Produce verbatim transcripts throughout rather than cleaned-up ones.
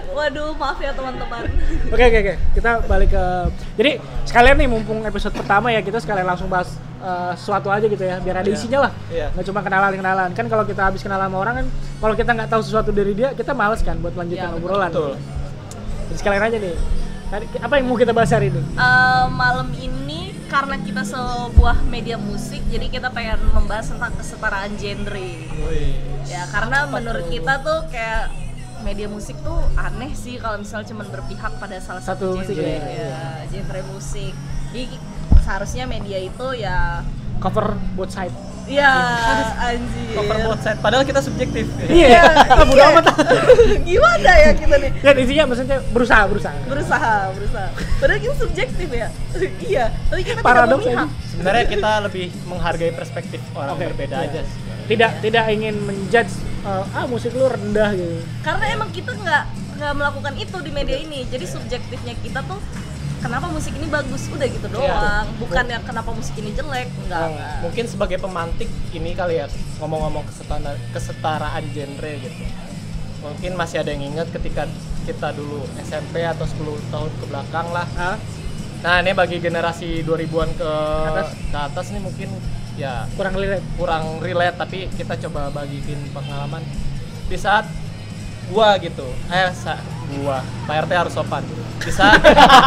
Waduh, maaf ya teman-teman. Oke oke oke, kita balik ke. Jadi sekalian nih mumpung episode pertama ya, kita sekalian langsung bahas uh, sesuatu aja gitu ya, biar ada Iya. isinya lah. Iya. Nggak cuma kenalan-kenalan. Kan kalau kita habis kenalan sama orang kan, kalau kita nggak tahu sesuatu dari dia, kita males kan buat lanjutin Iya, obrolan. betul. Jadi sekalian aja nih. Tadi apa yang mau kita bahas hari ini? Uh, malam ini karena kita sebuah media musik, jadi kita pengen membahas tentang kesetaraan genre. Wih. Ya, karena Apa menurut tuh? kita tuh kayak media musik tuh aneh sih kalau misalnya cuma berpihak pada salah Satu satu, musik genre, ya. ya, genre musik. Jadi seharusnya media itu ya, Cover both side. ya anjir. Cover both side, padahal kita subjektif. Iya. Ah, bodo amat. Gimana ya kita nih? Ya intinya maksudnya berusaha berusaha. Berusaha, berusaha. Padahal kita subjektif ya. Iya, tapi kita Paradoks tidak memihak. Sebenarnya kita lebih menghargai perspektif orang Oke, berbeda iya. aja sih. Tidak tidak ingin menjudge uh, ah musik lu rendah gitu. Karena emang kita nggak nggak melakukan itu di media ini. Jadi subjektifnya kita tuh kenapa musik ini bagus, udah gitu doang. Bukan yang kenapa musik ini jelek, enggak. Nah, enggak. mungkin sebagai pemantik ini kali ya, ngomong-ngomong kesetaraan, kesetaraan genre gitu. Mungkin masih ada yang ingat ketika kita dulu S M P atau sepuluh tahun ke belakang lah. Ah, Nah ini bagi generasi dua ribuan ke Atas. ke atas nih mungkin ya kurang relate. kurang relate, tapi kita coba bagiin pengalaman di saat gua gitu eh sa gua Pak R T harus sopan di saat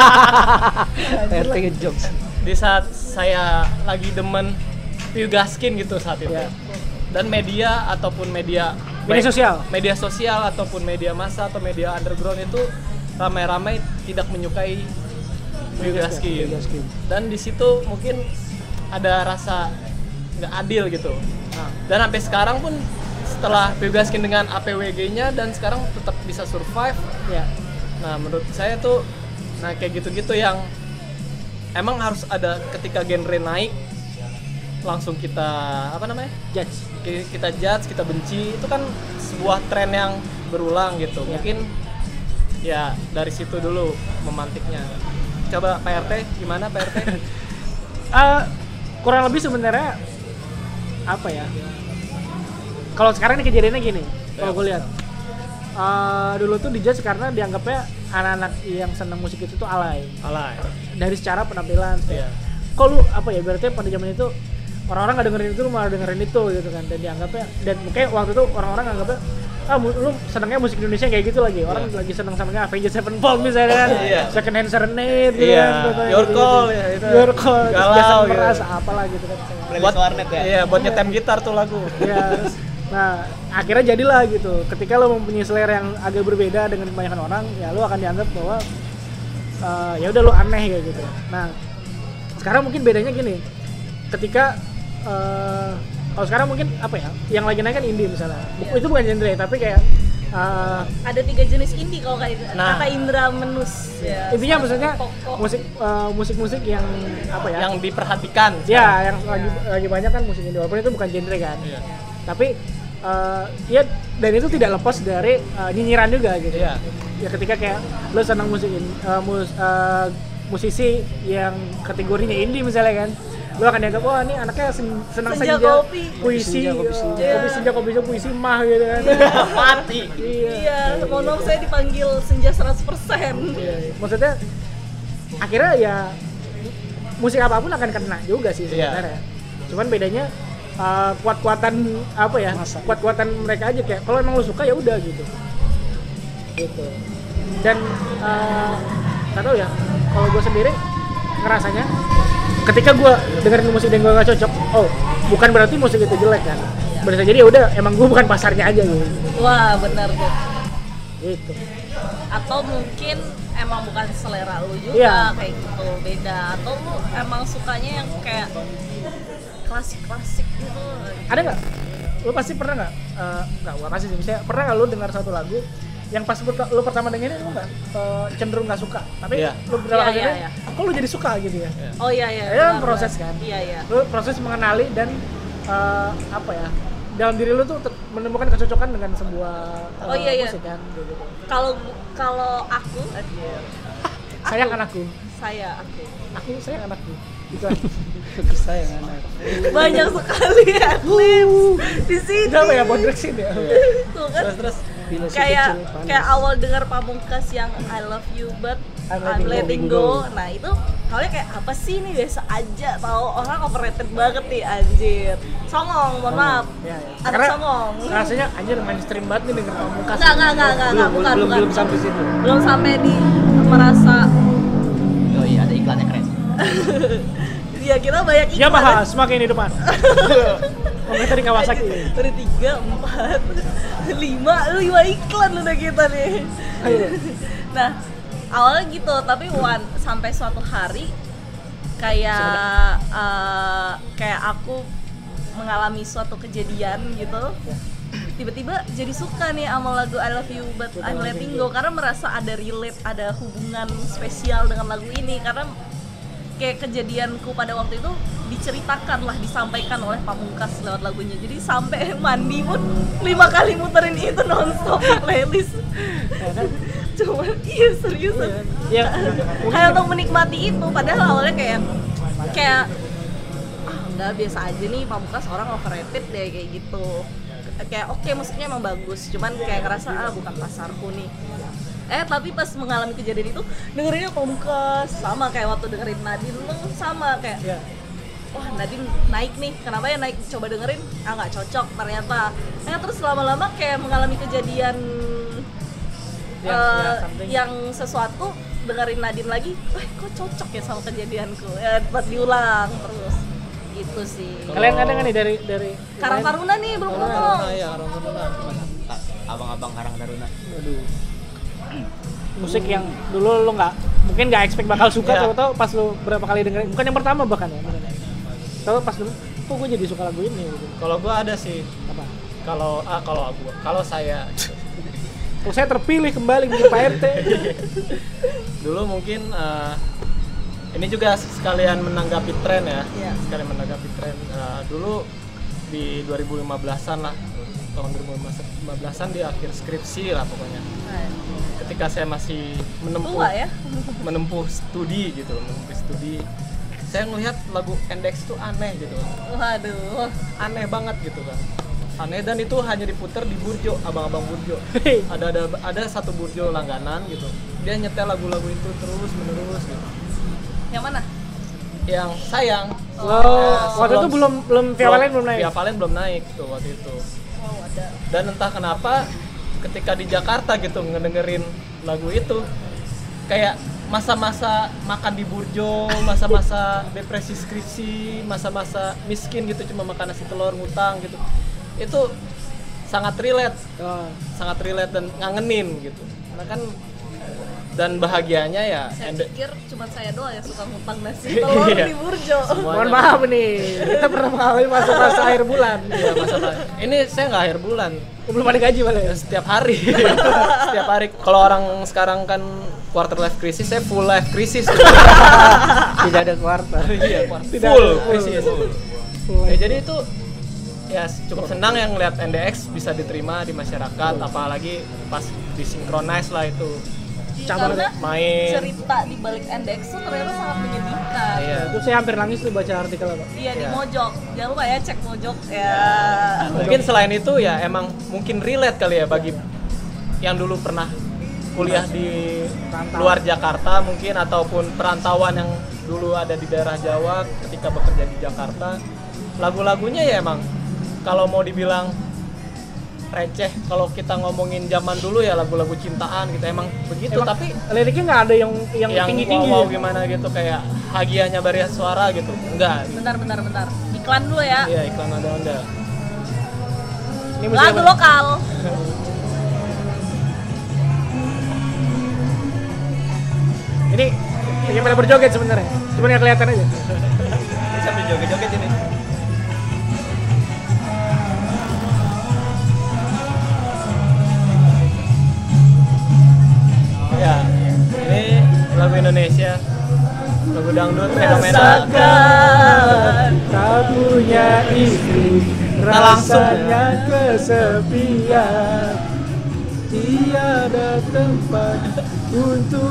R T ngejokes. di saat saya lagi demen Piu Gaskin gitu saat itu Ya. dan media ataupun media Media baik sosial. media sosial ataupun media massa atau media underground itu ramai-ramai tidak menyukai Piu Gaskin. Gaskin. Dan di situ mungkin ada rasa nggak adil gitu. Nah, Dan sampai sekarang pun setelah Piu Gaskin dengan A P W G-nya dan sekarang tetap bisa survive. ya. Nah, menurut saya tuh nah kayak gitu-gitu yang emang harus ada ketika genre naik langsung kita apa namanya? Judge. Ki- Kita judge, kita benci. Itu kan sebuah tren yang berulang gitu. Ya. Mungkin ya dari situ dulu memantiknya. Coba Pak R T gimana Pak R T? Eh, kurang lebih sebenarnya apa ya? Kalau sekarang ini kejadiannya gini, kalau gue lihat eh, dulu tuh dijudge karena dianggapnya anak-anak yang senang musik itu tuh alay Alay. dari secara penampilan. Iya. Kok lu apa ya? Berarti pada zaman itu orang-orang nggak dengerin itu, lu malah dengerin itu gitu kan? Dan dianggapnya dan mungkin waktu itu orang-orang anggapnya ah mu- lu senengnya musik Indonesia kayak gitu lagi. Orang Iya. lagi seneng samanya Avenged Sevenfold misalnya kan. Iya. Second Hand Serenade gitu Iya. kan. contohnya Your gitu. Call, ya, itu. Your Call. Terus Galau, Jason gitu. Mraz apalah gitu kan. Buat warnet ya. Iya, buat nyetem gitar tuh lagu. Ya, terus, nah akhirnya jadilah gitu. Ketika lo mempunyai selera yang agak berbeda dengan kebanyakan orang, ya lo akan dianggap bahwa uh, ya udah lo aneh kayak gitu. Nah sekarang mungkin bedanya gini, ketika uh, kalau sekarang mungkin apa ya, yang lagi naik kan indie misalnya. Bu- Itu bukan genre, tapi kayak uh, Ada tiga jenis indie kalau kayak Nah. kata Indra Menus. Ya, intinya maksudnya pokok. musik uh, musik-musik yang apa ya? Yang diperhatikan. Ya, yang lagi lagi banyak kan musik indie, walaupun itu bukan genre kan. Iya. Tapi uh, ya dan itu tidak lepas dari uh, nyinyiran juga gitu. Iya. Ya ketika kayak lo senang musik in- uh, mus, uh, musisi yang kategorinya indie misalnya kan, lo akan dianggap wah ini anaknya sen- senang Senja senja, kopi. puisi, Senja, kopi uh, senja. kopi senja, kopi senja, puisi mah gitu kan. Mati. Iya. Iya, mohon maaf saya dipanggil senja seratus persen. Iya, iya. Maksudnya akhirnya ya musik apapun akan kena juga sih Iya. sebenarnya. Cuman bedanya uh, kuat-kuatan apa ya? Masa. Kuat-kuatan mereka aja kayak kalau emang lu suka ya udah gitu. Gitu. Dan uh, nggak tahu ya, kalau gue sendiri ngerasanya ketika gue dengerin musik dan gue nggak cocok, oh bukan berarti musik itu jelek kan? Bisa jadi ya udah emang gue bukan pasarnya aja gitu. Wah, benar tuh. Gitu. Atau mungkin emang bukan selera lu juga Iya. kayak gitu, beda. Atau lu emang sukanya yang kayak klasik-klasik gitu. Ada nggak? Lu pasti pernah nggak? Uh, nggak, gua pasti sih. Misalnya pernah nggak lu dengar satu lagu yang pas perta- lu pertama dengerin lu nggak uh, cenderung nggak suka, tapi Iya. lu berapa Iya, kali iya, dengerin, iya. kok lu jadi suka gitu ya? Oh iya iya. Ya, benar, proses benar. kan? Iya iya. Lu proses mengenali dan uh, apa ya? Dalam diri lu tuh ter- menemukan kecocokan dengan sebuah uh, Oh, iya, iya. musik kan gitu. Kalau kalau aku, Sayang anakku, saya aku aku sayang anakku. Gitu. Aku sayang anak. banyak sekali adlibs di sini. Udah apa ya, bodrek sih ya. Tuh kan. Terus terus Bila si kayak kecil panas. kayak awal dengar Pamungkas yang I love you but I'm I'm, letting letting go. go. Nah itu awalnya kayak apa sih ini biasa aja, tahu orang overrated banget nih anjir. Songong, mohon maaf. Ya, ya. Anak Karena songong. rasanya anjir mainstream banget nih denger Pamungkas. Enggak, enggak, enggak, enggak, belum, enggak, bukan, belum, bukan. belum sampai situ. Belum sampai di merasa Oh iya, ada iklannya keren. ya kita banyak Ya iklan. bahas semakin di depan. Komentar di Kawasaki. Udah tiga, empat, lima, lima iklan udah kita nih. Ayo. Nah, awalnya gitu, tapi one sampai suatu hari kayak uh, kayak aku mengalami suatu kejadian gitu. Tiba-tiba jadi suka nih sama lagu I Love You But I'm Letting Go karena merasa ada relate, ada hubungan spesial dengan lagu ini karena kayak kejadianku pada waktu itu diceritakan lah, disampaikan oleh Pamungkas lewat lagunya. Jadi sampai mandi pun lima kali muterin itu nonstop di playlist. Cuma iya seriusan. Ya, Kayak untuk menikmati itu, padahal awalnya kayak kayak ah enggak, biasa aja nih Pamungkas, orang overrated deh kayak gitu. Kayak oke okay, musiknya emang bagus, cuman kayak ngerasa ah bukan pasarku nih. Eh tapi pas mengalami kejadian itu dengerinnya Pamungkas, sama kayak waktu dengerin Nadine lu sama kayak ya. wah Nadine naik nih, kenapa ya naik, coba dengerin, ah nggak cocok ternyata. Eh terus lama-lama kayak mengalami kejadian Ya, eh, ya, something. yang sesuatu, dengerin Nadine lagi, wah kok cocok ya sama kejadianku, ya buat diulang terus gitu sih. Kalian ada nggak nih dari dari Karang Taruna nih belum ngomong. Taruna ya, Karang Taruna. Abang-abang Karang Taruna. Aduh. Musik yang dulu lu nggak mungkin nggak expect bakal suka, Iya. tahu-tahu pas lu berapa kali dengerin, bukan yang pertama bahkan ya, tahu pas dulu kok gue jadi suka lagu ini gitu. Kalau gua ada sih, Apa? kalau ah kalau gua, kalau saya Kalau saya terpilih kembali menjadi Pak R T. dulu mungkin eh, ini juga sekalian menanggapi tren ya, Iya. sekalian menanggapi tren. Eh, dulu di dua ribu lima belasan lah, tahun dua ribu lima belasan di akhir skripsi lah pokoknya. Nah, Ketika saya masih menempuh tua ya. menempuh studi gitu, menempuh studi, saya melihat lagu Index itu aneh gitu, Waduh. aneh banget gitu kan. Aneh, dan itu hanya diputer di Burjo, abang-abang Burjo. Hei. Ada ada ada satu Burjo langganan gitu. Dia nyetel lagu-lagu itu terus menerus gitu. Yang mana? Yang sayang. Lo Ya, waktu itu sebelum- belum belum Via Valen belum naik. Via Valen belum naik tuh waktu itu. Oh ada. Dan entah kenapa ketika di Jakarta gitu ngedengerin lagu itu, kayak masa-masa makan di Burjo, masa-masa depresi skripsi, masa-masa miskin gitu, cuma makan nasi telur ngutang gitu. Itu sangat relate, Oh. sangat relate dan ngangenin gitu. Karena kan, dan bahagianya ya Saya ende- pikir cuma saya doang yang suka ngutang nasi telur Iya. di Burjo. Semuanya. Mohon maaf nih, kita pernah mengalami masa-masa akhir bulan. Iya, masalah. Ini saya nggak akhir bulan, Belum ada gaji malah ya. setiap hari. Setiap hari. Kalau orang sekarang kan quarter life crisis, saya full life crisis. Tidak ada kuartal. Iya, Tidak full ada, full. crisis. Ya, jadi itu ya cukup senang yang ngeliat N D X bisa diterima di masyarakat, apalagi pas disinkronize lah itu. Cabang Karena main. cerita di balik Index itu ternyata sangat menyedihkan. Iya. Itu saya hampir nangis tuh baca artikelnya, Pak. Iya di Iya. Mojok. Jangan lupa ya cek Mojok ya. Mungkin selain itu ya emang mungkin relate kali ya bagi yang dulu pernah kuliah di luar Jakarta mungkin, ataupun perantauan yang dulu ada di daerah Jawa ketika bekerja di Jakarta. Lagu-lagunya ya emang kalau mau dibilang receh, kalau kita ngomongin zaman dulu ya lagu-lagu cintaan gitu emang begitu. Emang Tapi liriknya nggak ada yang yang, yang tinggi-tinggi. wow, ya? gimana gitu kayak Hagiahnya Baria Suara gitu, enggak. Bentar bentar bentar. Iklan dulu ya. Iya, iklan onda-onda. Ini musik Lagu apa? lokal. Ini lagi pada berjoget sebenarnya. Cuma nggak kelihatan aja. Ini sambil joget-joget ini. Ya, ini lagu Indonesia, lagu dangdut fenomenal. Rasakan. Tak punya istri, Nah, langsung. rasanya kesepian. Tiada tempat untuk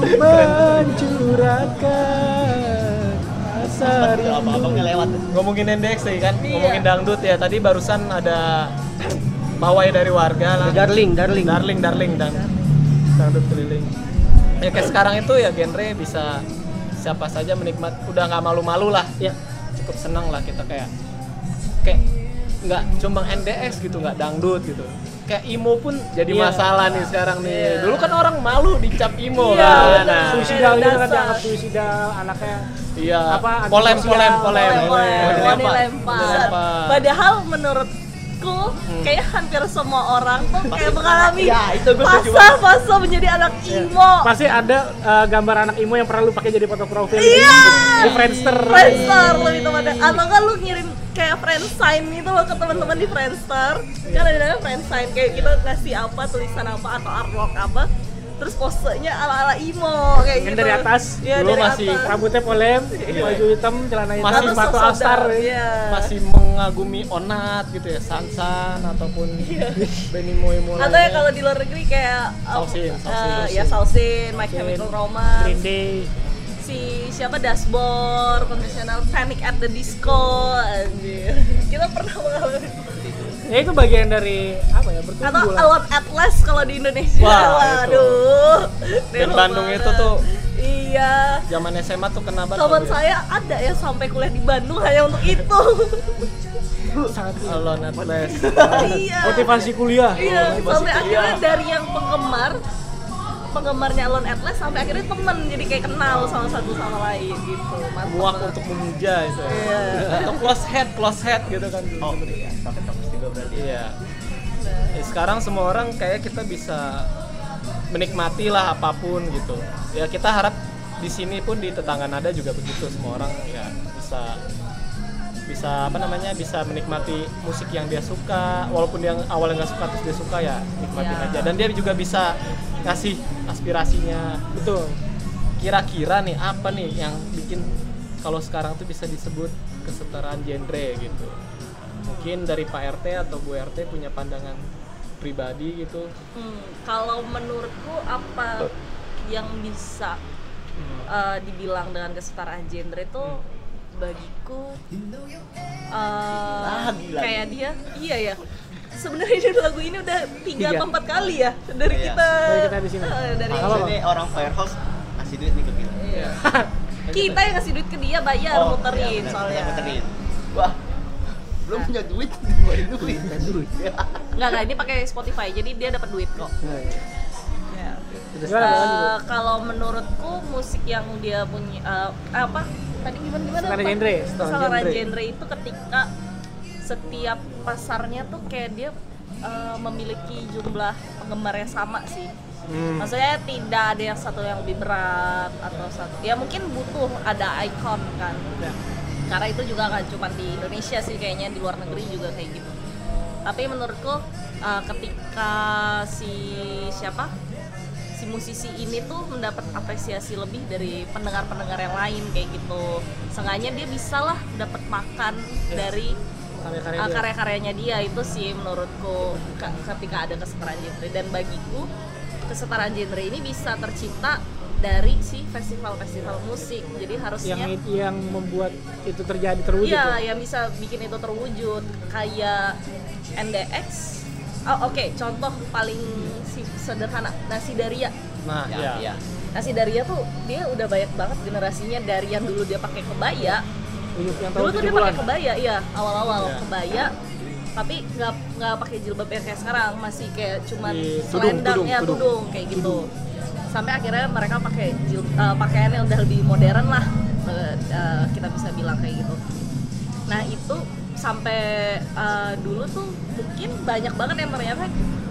mencurahkan rasa rindu. Abang-abangnya lewat. Ngomongin N D X tadi kan, Iya. ngomongin dangdut ya. Tadi barusan ada pawai dari warga lah. Darling, darling. Darling, darling dan dangdut keliling. Ya kayak sekarang itu ya genre bisa siapa saja menikmati, udah nggak malu-malu lah. Ya. Cukup senang lah kita kayak kayak nggak cuma N D X gitu, nggak dangdut gitu. Kayak emo pun jadi Iya. masalah nih sekarang nih. Iya. Dulu kan orang malu dicap emo Iya, kan. benar. Nah, Suicidal gitu kan Dasar. dianggap suicidal anaknya. iya. Apa, Polem, antisosial. polem, polem. Boleh, boleh. Mau Mau dilempar. dilempar. Dilempar. Padahal menurutku Hmm. kayak hampir semua orang tuh kayak mengalami Ya, itu gue setuju banget. fase-fase menjadi anak emo. Pasti ada uh, gambar anak emo yang pernah lu pakai jadi foto profil Iya. di Friendster. Friendster lebih tepatnya. Atau kan lu ngirim kayak friend sign gitu loh ke teman-teman di Friendster. Kan ada namanya friend sign, kayak kita ngasih apa, tulisan apa atau artwork apa. Terus posenya ala-ala emo kayak Yang gitu. dari atas, Iya, dulu dari masih atas. Rambutnya polem, Iya. baju hitam, celana hitam, Masih sepatu sosok All-Star. dark, iya. Masih mengagumi Onat gitu ya, Sansan ataupun Benny Moemo Atau ya kalau di luar negeri kayak um, Sausin, uh, Sausin. ya Sausin, My Chemical Romance, Green Day. si siapa Dashboard, konvensional Panic at the Disco, anjir. Kita pernah mengalami itu. Ya itu bagian dari apa ya, Atau bertumbuh lah. Alone Atlas kalau di Indonesia. Wah, Waduh. Dan Dewa Bandung banget. itu tuh Iya. zaman S M A tuh kena banget. Teman tuh ya. saya ada yang sampai kuliah di Bandung hanya untuk itu. Sangat Alone at Last. Iya. motivasi kuliah. Iya, motivasi sampai kuliah. akhirnya dari yang penggemar penggemarnya Alone Atlas sampai akhirnya temen, jadi kayak kenal sama satu sama lain gitu. Mantap. Muak banget. untuk memuja itu. Iya. Atau close head, close head gitu kan. Oh iya, topik-topik juga berarti. Iya. Ya, sekarang semua orang kayak kita bisa menikmati lah apapun gitu. Ya kita harap di sini pun di tetangga nada juga begitu, semua orang ya bisa bisa apa namanya bisa menikmati musik yang dia suka, walaupun yang awalnya nggak suka terus dia suka ya nikmatin Ya. aja, dan dia juga bisa ngasih aspirasinya. Betul. Kira-kira nih apa nih yang bikin kalau sekarang tuh bisa disebut kesetaraan genre gitu. Mungkin dari Pak R T atau Bu R T punya pandangan pribadi gitu. Hmm, kalau menurutku apa yang bisa uh, dibilang dengan kesetaraan genre itu bagiku uh, Ah, gila. kayak dia, iya ya. Sebenarnya dari lagu ini udah tiga Tiga. atau empat kali ya dari Iya. kita. Dari kita di sini. Uh, dari Apa, Kalau Bang? ini orang Firehouse kasih duit nih ke kita. Iya. Kita yang ngasih duit ke dia, bayar Oh, muterin iya, benar, soalnya. benar, muterin. Wah, belum Nah. punya duit, dibuatin duit. Duit. Enggak, enggak, ini pakai Spotify, jadi dia dapat duit kok. Nah, iya. Ya. Terus gimana, Eh, lanjut. kalau menurutku musik yang dia punya eh, apa tadi gimana gimana Kesetaraan apa? genre, kesetaraan Kesetaraan genre. genre itu ketika setiap pasarnya tuh kayak dia eh, memiliki jumlah penggemar yang sama sih. Hmm. Maksudnya tidak ada yang satu yang lebih berat atau satu ya mungkin butuh ada icon kan. Ya. Karena itu juga nggak cuma di Indonesia sih, kayaknya di luar negeri juga kayak gitu. Tapi menurutku uh, ketika si siapa si musisi ini tuh mendapat apresiasi lebih dari pendengar-pendengar yang lain kayak gitu, seenggaknya dia bisa lah dapat makan dari Karya-karya uh, dia. karya-karyanya dia. Itu sih menurutku ke- ketika ada kesetaraan genre. Dan bagiku kesetaraan genre ini bisa tercipta dari si festival-festival musik. Jadi harusnya yang yang membuat itu terjadi terwujud. iya, ya? yang bisa bikin itu terwujud kayak N D X. Oh, oke, contoh paling si- sederhana Nasi Daria. Nah, Ya, ya. iya. Nasi Daria tuh dia udah banyak banget generasinya, dari yang dulu dia pakai kebaya. Yang Dulu tahun tuh dia tujuh pakai puluhan. kebaya, iya, awal-awal Iya. kebaya. Tapi nggak nggak pakai jilbab yang kayak sekarang, masih kayak cuman Di tudung, selendang tudung, ya, tudung. tudung kayak gitu. Sampai akhirnya mereka pakai jil, uh, pakaian yang udah lebih modern lah, uh, uh, kita bisa bilang kayak gitu. Nah itu sampai uh, dulu tuh mungkin banyak banget yang ternyata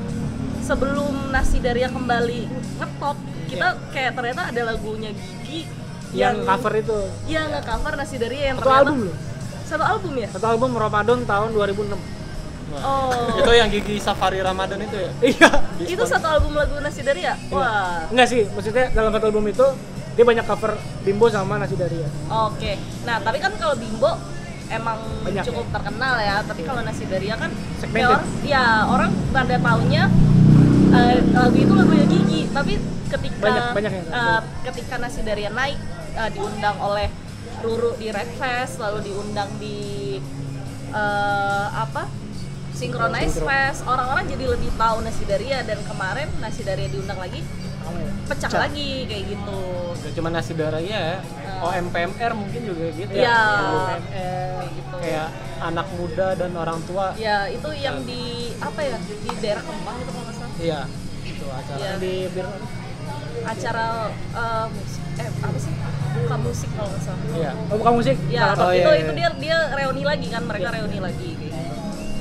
sebelum Nasi Daria kembali ngetop, kita kayak ternyata ada lagunya Gigi Yang cover itu. Iya, nggak cover Nasi Daria yang Satu ternyata album loh. satu album ya. Satu album Ramadan tahun dua ribu enam. Nah, Oh. itu yang Gigi Safari Ramadan itu ya. Iya. Itu satu album lagu Nasi Daria. Wah. Enggak sih, maksudnya dalam satu album itu dia banyak cover Bimbo sama Nasi Daria. Oke. Nah, tapi kan kalau Bimbo emang Banyak, cukup terkenal ya, tapi kalau Nasi Daria kan Segmented. ya, or- ya orang pada taunya eh, lagu itu lagunya Gigi, tapi ketika Banyak- banyak yang tahu. eh, ketika Nasi Daria naik eh, diundang oleh Ruru di Red Fest, lalu diundang di eh, apa? Synchronize Syncro. Fest, orang-orang jadi lebih tahu Nasidaria, dan kemarin Nasidaria diundang lagi, pecah, Pecah. lagi kayak gitu. Gak cuma Nasidaria ya, O M P M R mungkin juga gitu Iya. ya. Kayak gitu. Kayak anak muda dan orang tua. Ya itu yang di apa ya, di daerah Kemang itu kalau nggak salah. Iya, itu acara. Iya. Di bir Acara eh, musik, eh apa sih? Bukan musik kalau nggak salah. Iya. Oh, bukan musik. Ya, Oh, itu iya, itu iya. dia dia reuni lagi kan, mereka reuni lagi kayak gitu.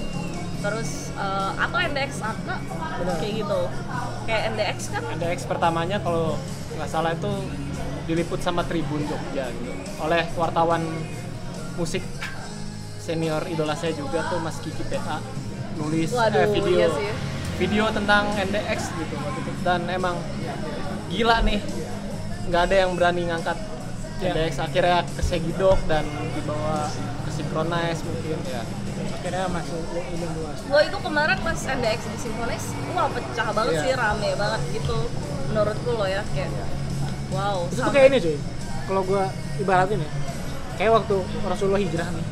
Terus eh, atau N D X A K kayak gitu. Kayak N D X kan N D X pertamanya kalau nggak salah itu diliput sama Tribun Jogja gitu. Oleh wartawan musik senior idola saya juga tuh Mas Kiki P A nulis Waduh, eh, video iya sih. video tentang N D X gitu waktu itu. Dan emang gila nih, nggak ada yang berani ngangkat Ya. N D X, akhirnya ke Segidok dan dibawa ke Synchronize mungkin ya. akhirnya masuk ini luas. Wah itu kemarin pas N D X di Synchronize, wah pecah banget Iya. sih, rame banget gitu menurutku loh ya, kayak wow. Itu tuh sampai- kayak ini cuy. Kalau gua ibaratin ya, kayak waktu Rasulullah hijrah nih.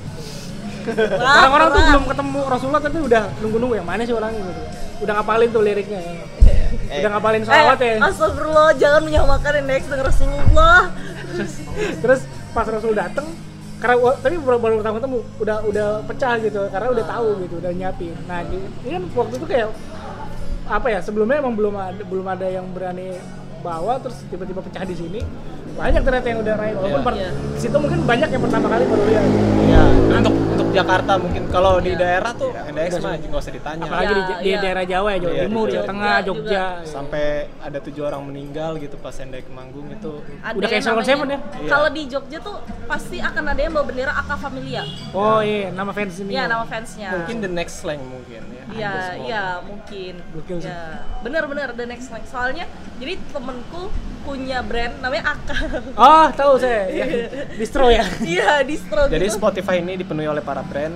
Wah, Orang-orang tuh berat. belum ketemu Rasulullah tapi udah nunggu-nunggu yang mana sih orangnya gitu. Udah ngapalin tuh liriknya. Eh, Udah ngapalin salawat Eh, ya. astagfirullah, jangan menyamakan N D X dengan Rasulullah. Terus pas Rasul dateng, karena wa- tapi baru, baru pertama ketemu udah udah pecah gitu karena udah tahu gitu, udah nyiapin. Nah, di, ini kan waktu itu kayak apa ya? Sebelumnya emang belum ada belum ada yang berani bawa, terus tiba-tiba pecah di sini. Banyak ternyata yang udah naik. Walaupun Iya. per- Iya. di situ mungkin banyak yang pertama kali baru lihat. Iya, untuk untuk Jakarta mungkin, kalau di Iya. daerah tuh N D X mah nggak usah ditanya. Apalagi di, Iya, di iya. daerah Jawa ya, Jawa Iya, Timur, di Jawa Jogja Tengah, juga. Jogja. Sampai ada tujuh orang meninggal gitu pas N D X manggung itu. Ada Udah kayak yang Salon namanya- Seven ya? Iya. Kalau di Jogja tuh pasti akan ada yang bawa bendera A K Familia. Oh iya, nama fans ini. Iya, nama fansnya. Mungkin the next slang mungkin ya. Iya, Ada semua. iya mungkin. Gokil sih. Ya, bener-bener the next line. Soalnya, jadi temenku punya brand namanya A K. Oh, tahu saya. Ya. Distro ya. Iya, distro Jadi gitu. Spotify ini dipenuhi oleh para brand.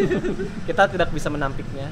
Kita tidak bisa menampiknya.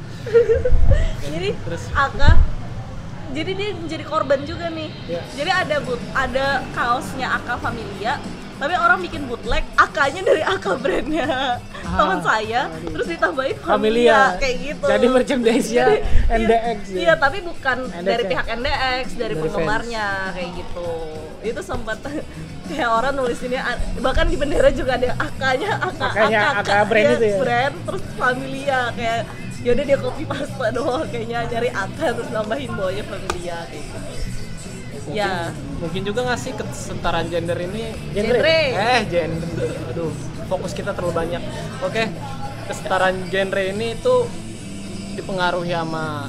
Jadi Terus? A K, jadi dia menjadi korban juga nih. Iya. Jadi ada but, ada kaosnya A K Familia, tapi orang bikin bootleg A K-nya dari A K brandnya teman saya, terus ditambahin Familia, Familia. kayak gitu. Jadi merchandise-nya Jadi, N D X iya, ya. iya, tapi bukan N D X dari ya? pihak N D X, dari, Dari penggemarnya kayak gitu. Itu sempat kayak orang nulis ini, bahkan di bendera juga ada A K-nya, A K, A K-nya, A K brand iya, itu ya? brand, terus Familia kayak yaudah dia copy paste doang kayaknya, nyari A K terus nambahin bawahnya Familia kayak gitu. Mungkin, Ya. mungkin juga nggak sih kesetaraan gender ini? Genre. Genre. Eh, gender. Aduh, fokus kita terlalu banyak. Oke, kesetaraan genre ini itu dipengaruhi sama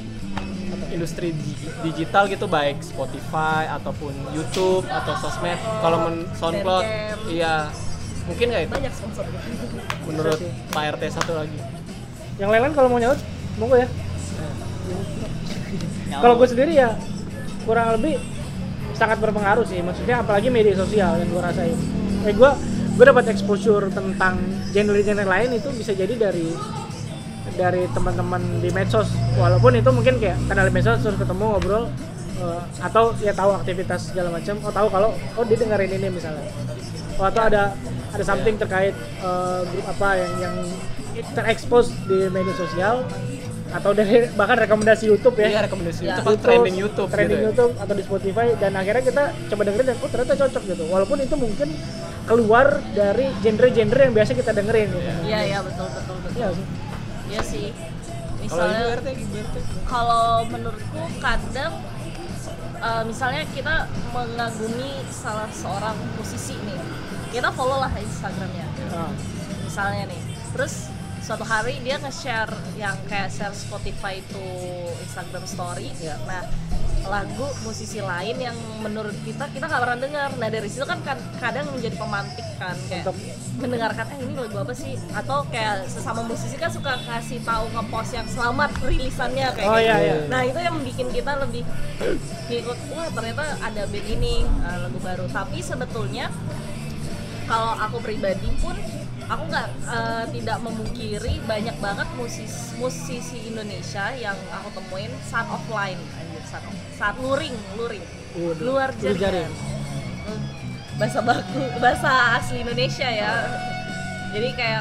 industri di- digital gitu, baik Spotify ataupun YouTube atau sosmed. Kalau men SoundCloud, Bandcamp. iya. Mungkin nggak itu? Banyak sponsor. Menurut Bisa sih. Pak R T satu lagi. Yang lain-lain kalau mau nyaut, monggo ya. Kalau gue sendiri ya kurang lebih sangat berpengaruh sih. Maksudnya apalagi media sosial yang gue rasain. Eh gue gue dapat exposure tentang genre-genre lain itu bisa jadi dari dari teman-teman di medsos. Walaupun itu mungkin kayak kenal di medsos terus ketemu ngobrol eh, atau ya tahu aktivitas segala macam. Oh tahu kalau oh dia dengerin ini misalnya. Oh, atau ada ada something terkait eh, grup apa yang yang terekspos di media sosial atau dari bahkan rekomendasi YouTube ya. Iya, rekomendasi Ya. YouTube, trending YouTube trending gitu ya. YouTube atau di Spotify, dan akhirnya kita coba dengerin dan oh ternyata cocok gitu. Walaupun itu mungkin keluar dari genre-genre yang biasa kita dengerin gitu. Iya, iya betul betul betul. Iya sih. Iya sih. Kalau ibu Misalnya R T, ibu R T. kalau menurutku kadang eh, misalnya kita mengagumi salah seorang musisi nih, kita follow lah Instagramnya Nah, misalnya nih, terus suatu hari dia nge-share yang kayak share Spotify itu Instagram story, Ya. nah lagu musisi lain yang menurut kita kita nggak pernah dengar, nah dari situ kan kad- kadang menjadi pemantik kan kayak Untuk- mendengarkan eh ini lagu apa sih, atau kayak sesama musisi kan suka kasih tahu nge-post yang selamat rilisannya kayak Oh, gitu. iya, iya. Nah itu yang bikin kita lebih ngikut, wah ternyata ada band ini uh, lagu baru. Tapi sebetulnya kalau aku pribadi pun aku nggak uh, tidak memungkiri banyak banget musis, musisi Indonesia yang aku temuin saat offline, anjir, saat, off- saat luring, luring, Waduh, luar luar jaringan. jaring. Hmm, bahasa baku, bahasa asli Indonesia ya. Jadi kayak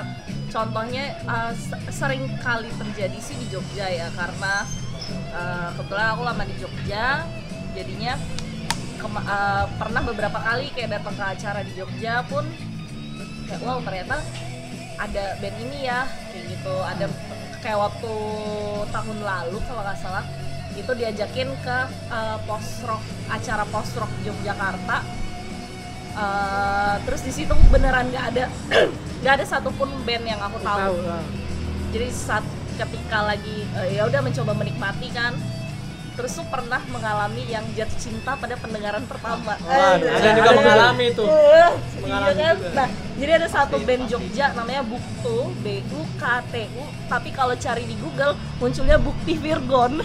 contohnya uh, sering kali terjadi sih di Jogja ya, karena uh, kebetulan aku lama di Jogja, jadinya kema- uh, pernah beberapa kali kayak datang ke acara di Jogja pun kayak wow ternyata ada band ini ya kayak gitu. Ada kayak waktu tahun lalu kalau nggak salah itu diajakin ke uh, post rock, acara post rock Yogyakarta. Uh, terus di situ beneran nggak ada nggak ada satupun band yang aku tahu. Tahu, ah. Jadi saat ketika lagi uh, ya udah mencoba menikmati kan, terus tuh pernah mengalami yang jatuh cinta pada pendengaran pertama. Waduh, Aduh. ada juga mengalami itu. Uh, Mengalami iya kan? juga. Nah, jadi ada satu band Jogja namanya Buktu, B U K T U, tapi kalau cari di Google munculnya Bukti Virgon.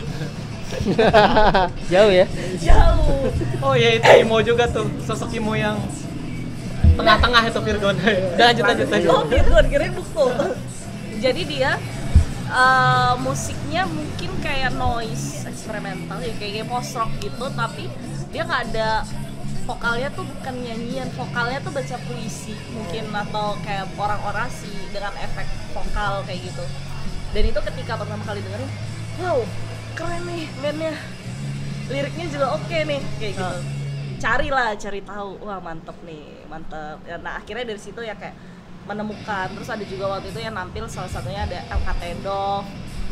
Jauh ya. Jauh. Oh iya itu Imo juga tuh, sosok Imo yang tengah-tengah itu Virgon. Udah lanjut lanjut lanjut. Oh, Virgon kirain Buktu. Jadi dia uh, musiknya mungkin kayak noise eksperimental ya, kayak post rock gitu, tapi dia nggak ada vokalnya tuh, bukan nyanyian, vokalnya tuh baca puisi mungkin atau kayak orang orasi dengan efek vokal kayak gitu. Dan itu ketika pertama kali dengerin, wow keren nih bandnya, liriknya juga oke nih kayak gitu. Carilah, cari tahu, wah mantep nih, mantep. Nah akhirnya dari situ ya kayak menemukan. Terus ada juga waktu itu yang nampil salah satunya ada L K T Dov.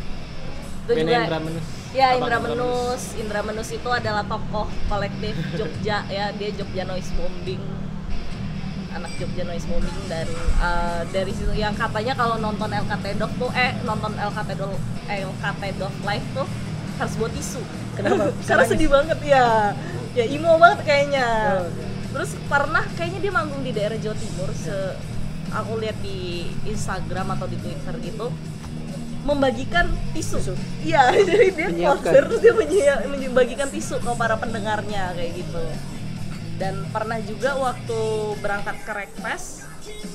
Itu Band juga Indra Menus. ya Abang Indra Indra Menus. Indra Menus itu adalah tokoh kolektif Jogja ya, dia Jogja Noise Bombing, anak Jogja Noise Bombing. Dan uh, dari situ yang katanya kalau nonton L K T Dov tuh eh nonton L K T Dov L K T Dov live tuh harus bawa tisu. Kenapa? Karena sedih banget ya. Ya emo banget kayaknya. Oh, okay. Terus pernah kayaknya dia manggung di daerah Jawa Timur, se aku lihat di Instagram atau di Twitter gitu, membagikan tisu. Iya, jadi dia konser terus dia menyia- membagikan tisu ke para pendengarnya kayak gitu. Dan pernah juga waktu berangkat ke Rekfest,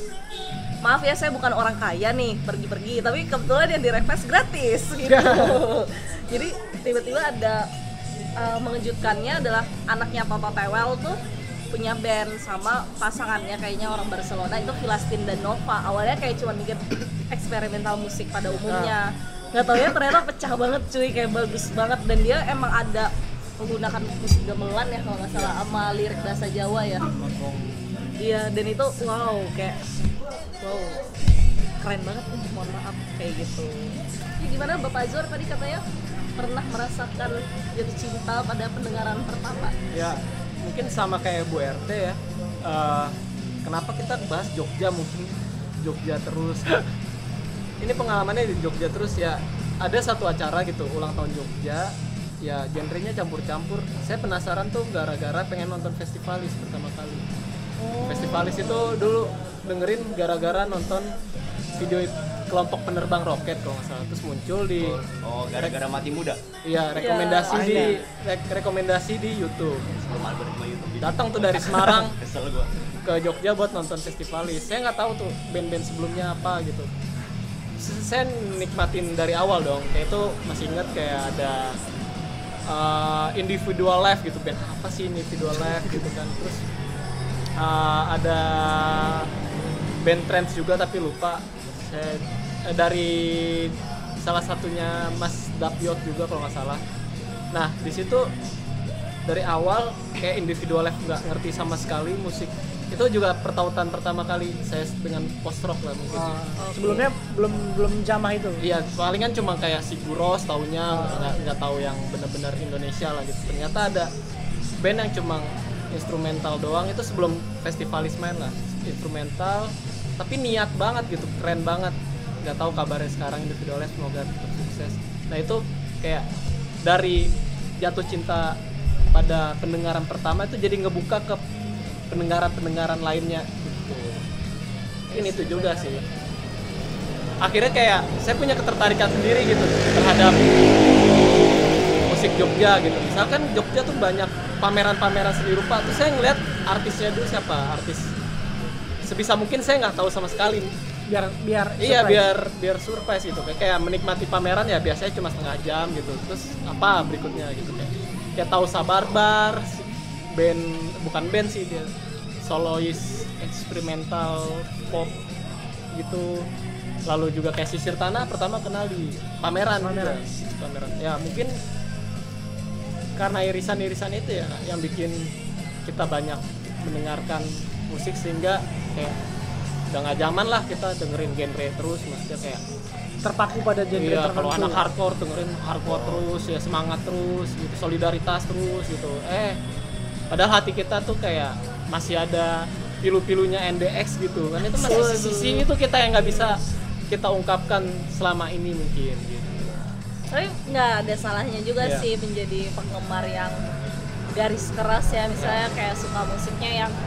maaf ya saya bukan orang kaya nih pergi-pergi, tapi kebetulan yang di Rekfest gratis gitu. Jadi tiba-tiba ada uh, mengejutkannya adalah anaknya Toto Tewel tuh punya band sama pasangannya kayaknya orang Barcelona, itu Filastin dan Nova. Awalnya kayak cuma mikir eksperimental musik pada umumnya, nggak tahu ya ternyata pecah banget cuy, kayak bagus banget. Dan dia emang ada menggunakan musik gamelan ya kalau nggak salah, sama lirik bahasa Jawa ya. Iya, dan itu wow, kayak wow keren banget nih, mohon maaf kayak gitu. Ini gimana Bapak Azwar tadi katanya pernah merasakan jatuh cinta pada pendengaran pertama? Ya, mungkin sama kayak Bu R T ya. Uh, kenapa kita bahas Jogja, mungkin Jogja terus. Ini pengalamannya di Jogja terus ya. Ada satu acara gitu, ulang tahun Jogja. Ya, genrenya campur-campur. Saya penasaran tuh gara-gara pengen nonton Festivalis pertama kali. Oh. Festivalis itu dulu dengerin gara-gara nonton video kelompok penerbang roket kalau nggak salah, terus muncul di Oh, gara-gara mati muda. iya rekomendasi Ya, di re- rekomendasi di YouTube. Sebelum algoritma YouTube. Datang tuh dari Semarang Kesel gua. ke Jogja buat nonton Festivalis. Saya nggak tahu tuh band-band sebelumnya apa gitu. S- Saya nikmatin dari awal dong. Kayak itu masih ingat kayak ada uh, Individual Live gitu, band apa sih Individual Live gitu kan. Terus uh, ada band Trance juga tapi lupa. Saya, eh, dari salah satunya Mas Dapiot juga kalau nggak salah. Nah di situ dari awal kayak Individual Live nggak ngerti sama sekali musik. Itu juga pertautan pertama kali saya dengan post rock lah mungkin. Oh, sebelumnya belum belum jamah itu. Iya, palingan cuma kayak Siguros taunya, nggak nggak tahu yang benar-benar Indonesia lah gitu. Ternyata ada band yang cuma instrumental doang, itu sebelum Festivalis main lah, instrumental tapi niat banget gitu, keren banget. Nggak tahu kabarnya sekarang Individual Live, semoga tetap sukses. Nah itu kayak dari jatuh cinta pada pendengaran pertama itu jadi ngebuka ke pendengaran-pendengaran lainnya gitu. Ini itu juga sih. Akhirnya kayak saya punya ketertarikan sendiri gitu terhadap musik Jogja gitu. Misalkan Jogja tuh banyak pameran-pameran seni rupa, terus saya ngeliat artisnya dulu siapa, artis. Sebisa mungkin saya nggak tahu sama sekali. Biar biar Iya surprise. biar biar surprise gitu. Kayak, kayak menikmati pameran ya biasanya cuma setengah jam gitu. Terus apa berikutnya gitu kayak kayak tahu Sabarbar, band bukan band sih dia, solois eksperimental pop gitu. lalu juga kayak Sisir Tanah pertama kenal di pameran Pameran. juga. pameran ya mungkin karena irisan-irisan itu ya yang bikin kita banyak mendengarkan musik sehingga kayak udah nggak zaman lah kita dengerin genre terus, maksudnya kayak terpaku pada genre iya, tertentu. kalau anak hardcore dengerin hardcore terus ya, semangat terus gitu, solidaritas terus gitu. Eh padahal hati kita tuh kayak masih ada pilu-pilunya N D X gitu kan, itu masih sisi itu kita yang nggak bisa kita ungkapkan selama ini mungkin gitu. Tapi nggak ada salahnya juga Iya. sih menjadi penggemar yang garis keras ya, misalnya kayak suka musiknya yang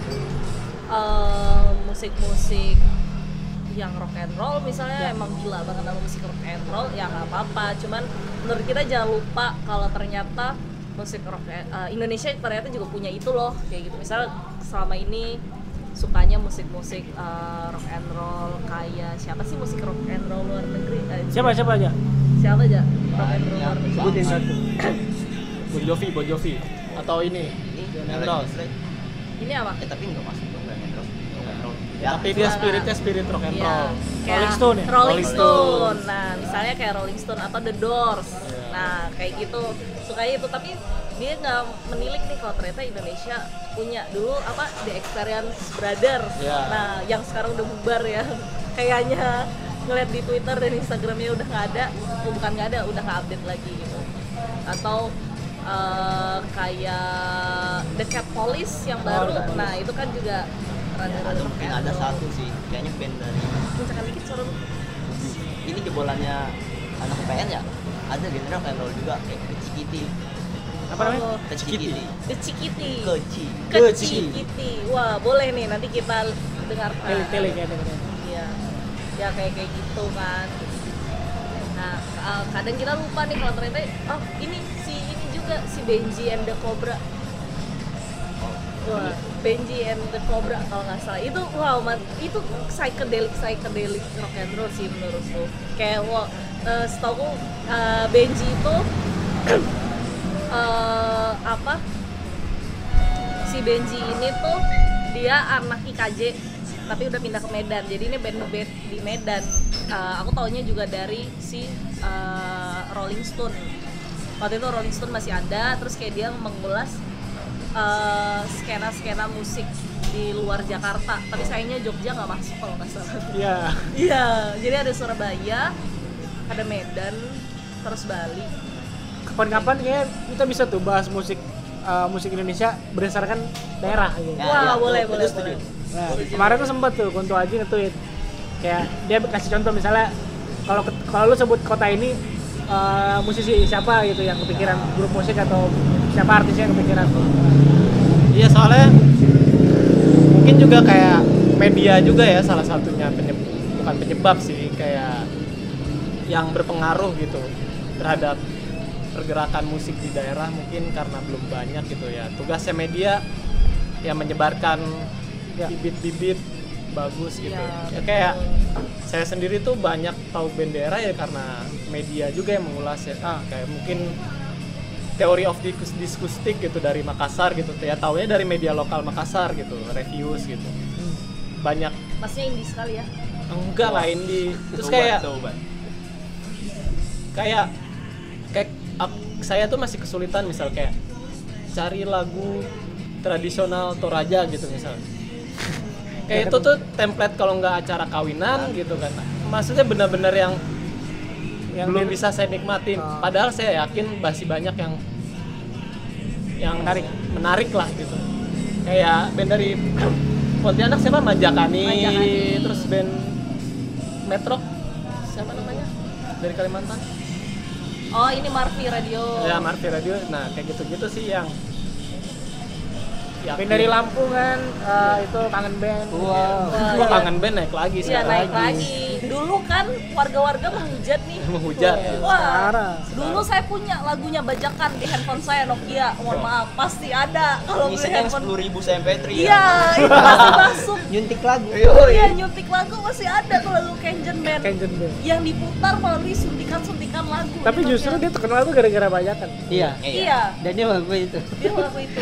eh, musik-musik yang rock and roll misalnya, emang gila banget sama musik rock and roll ya nggak apa-apa. Cuman menurut kita jangan lupa kalau ternyata musik rock uh, Indonesia ternyata juga punya itu loh, kayak gitu. Misalnya selama ini sukanya musik-musik uh, rock and roll kayak siapa sih musik rock and roll luar negeri? Eh, Siapa siapa aja? Siapa aja? Rock and roll luar negeri. Sebutin satu. Bon Jovi, Bon Jovi atau ini Ini Gun N' Roses. Ini apa? Eh tapi nggak masuk dong Gun N' Roses. Rock and roll. Tapi dia spiritnya spirit rock and Iya, roll. kayak Rolling Stone ya? Rolling Rolling Stone. Nah, misalnya kayak Rolling Stone atau The Doors. Iya. Nah, kayak gitu. Sukanya itu, tapi dia nggak menilik nih kalau ternyata Indonesia punya dulu apa The Experience Brothers. Iya. Nah, yang sekarang udah bubar ya. Kayaknya ngeliat di Twitter dan Instagramnya udah nggak ada. Oh, bukan nggak ada, udah nggak update lagi gitu. Atau eh, kayak The Cat Police yang baru. The Cat Police. Nah, itu kan juga Ya, rada-rada ada rock mungkin and ada roll. satu sih, kayaknya band dari Kencangkan dikit suara lu. ini jebolannya anak P N ya. Ada genre rock and roll juga kayak Kecikiti. Apa namanya? Oh, Kecikiti. Kecikiti. Keci. Kecikiti. Wah, boleh nih nanti kita dengarkan. Telik-telik ya dengerin. Iya. Ya kayak kayak gitu kan. Nah, uh, kadang kita lupa nih kalau ternyata oh, ini si ini juga si Benji and the Cobra. Wah, Benji and the Cobra kalau nggak salah. Itu wow, man, itu psychedelic psychedelic rock and roll sih menurutku. Kayak wow, uh, setahu uh, Benji itu uh, apa? Si Benji ini tuh dia anak I K J tapi udah pindah ke Medan. Jadi ini band-band di Medan. Uh, aku taunya juga dari si uh, Rolling Stone. Waktu itu Rolling Stone masih ada, terus kayak dia mengulas uh, skena-skena musik di luar Jakarta. Tapi sayangnya Jogja nggak masuk kalau nggak salah. Iya. Iya, jadi ada Surabaya, ada Medan, terus Bali. Kapan-kapan kayak kita bisa tuh bahas musik uh, musik Indonesia berdasarkan daerah gitu. Ya, Wah, ya, boleh, itu boleh, setuju. boleh. Nah, kemarin tuh sempet tuh Kunto Aji nge-tweet kayak dia kasih contoh misalnya kalau ke- kalau lu sebut kota ini uh, musisi siapa gitu yang kepikiran grup musik atau siapa artisnya yang kepikiran. Iya, soalnya mungkin juga kayak media juga ya salah satunya penyebab, bukan penyebab sih, kayak yang berpengaruh gitu terhadap pergerakan musik di daerah, mungkin karena belum banyak gitu ya. Tugasnya media yang menyebarkan Ya. bibit-bibit bagus gitu. Ya, Ya, kayak saya sendiri tuh banyak tahu band daerah ya karena media juga yang mengulas ya. Ah, kayak mungkin Theory of Discus- Diskustik gitu dari Makassar gitu. Ya taunya dari media lokal Makassar gitu, reviews gitu. Banyak Masnya indie sekali ya. enggak lah indie. Terus Coba, kayak coba. kayak kayak ak- saya tuh masih kesulitan misal kayak cari lagu tradisional Toraja gitu misal. Kayak itu tuh template kalau nggak acara kawinan gitu kan. Maksudnya benar-benar yang Yang belum mir- bisa saya nikmatin. Oh. Padahal saya yakin masih banyak yang yang Menarik. menarik lah gitu. Kayak band dari Pontianak siapa? Manjakani, Manjakani. terus band Metro siapa namanya? Dari Kalimantan. Oh, ini Marvi Radio. Ya, Marvi Radio. Nah, kayak gitu-gitu sih yang yakin. Band dari Lampung kan uh, itu kangen band. Wow. Wah, Gua iya. kangen band naik lagi sih. Iya, naik lagi. Dulu kan warga-warga menghujat nih. Menghujat. Wah, Sekarang. dulu saya punya lagunya bajakan di handphone saya Nokia. Mohon maaf, pasti ada kalau beli Isinya yang handphone. sepuluh ribu M P tiga Iya, itu pasti masuk. Nyuntik lagu. Iya, nyuntik lagu masih ada tuh lagu Kenjen Band. Kenjen band. Yang diputar melalui suntikan-suntikan lagu. Tapi di justru Nokia. dia terkenal tuh gara-gara bajakan. Iya. Iya, Dan dia lagu itu. dia lagu itu.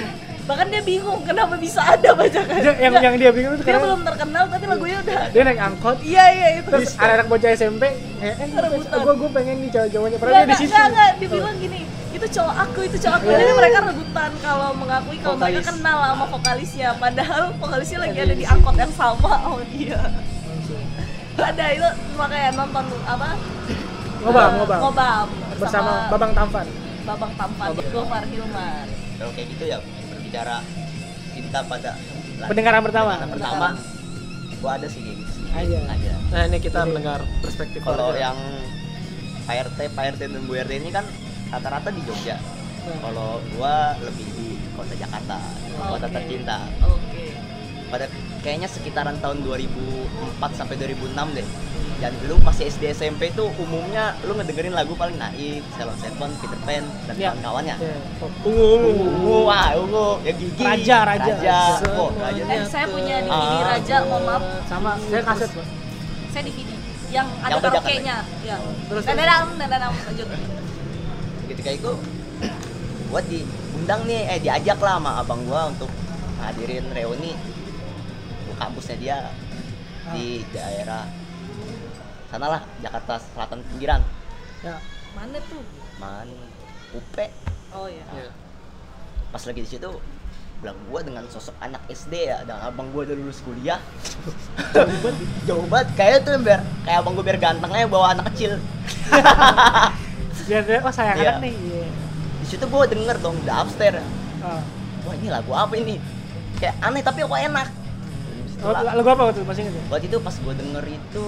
Bahkan dia bingung kenapa bisa ada bajakan. yang yang dia bingung itu Dia karena belum terkenal tapi lagunya udah. dia naik angkot. Iya iya itu. Terus anak-anak bocah S M P, eh, eh Rebutan. gue gue pengen nih cowok-cowoknya, padahal Enggak, dia di enggak, sisi. enggak, enggak, dia bilang gini, itu cowok aku, itu cowok aku. Iya. Jadi mereka rebutan kalau mengakui kalau mereka Vokalis. kenal sama vokalisnya, padahal vokalisnya lagi ada di angkot yang sama sama dia. Ada itu makanya nonton apa? Ngobam, Eh, ngobam. Ngobam Bersama Babang Tampan. Babang Tampan, Gofar Hilman. Kalau kayak gitu ya berbicara cinta pada Pendengaran pertama. pendengaran pertama gua ada sih kayak gitu sih. Aja. Aja. Nah ini kita mendengar perspektif Kalau warga. yang Pak R T, Pak R T dan Bu R T ini kan rata-rata di Jogja. Kalau gua lebih di kota Jakarta, kota Oke. tercinta. Oke. Pada kayaknya sekitaran tahun dua ribu empat sampai dua ribu enam deh. Dan dulu masih S D S M P tuh umumnya lu ngedengerin lagu paling Naif, Ceylon Seven, Peter Pan dan Ya. kawan-kawannya. Iya. Ungu, ungu, ungu, wah, ungu, ya gigi. Raja, raja. Raja. Oh, raja. Eh, saya punya D V D Ah. Raja, mohon maaf. Sama, saya kaset, Pak. Saya D V D yang ada Yang bajakan, karaoke-nya. Ya. Terus, Dan dadang, dan dadang, lanjut. Ketika itu gua diundang nih, eh diajak lah sama abang gua untuk hadirin reuni ke kampusnya dia di daerah sanalah Jakarta Selatan pinggiran. Ya. Mana tuh? Man, U P. Oh ya. Iya. Pas lagi di situ bilang gua dengan sosok anak S D ya, dan abang gua udah lulus kuliah. Jauh banget, jauh banget. Kayaknya tuh biar kayak abang gua biar gantengnya bawa anak kecil. Biar dia, oh sayang Iya. anak nih. Iya. Di situ gua denger dong The Upstairs. Oh. Wah ini lagu apa ini? Kayak aneh tapi kok enak. Oh, Setelah- lagu apa waktu itu masih ingat ya? Waktu itu pas gue denger itu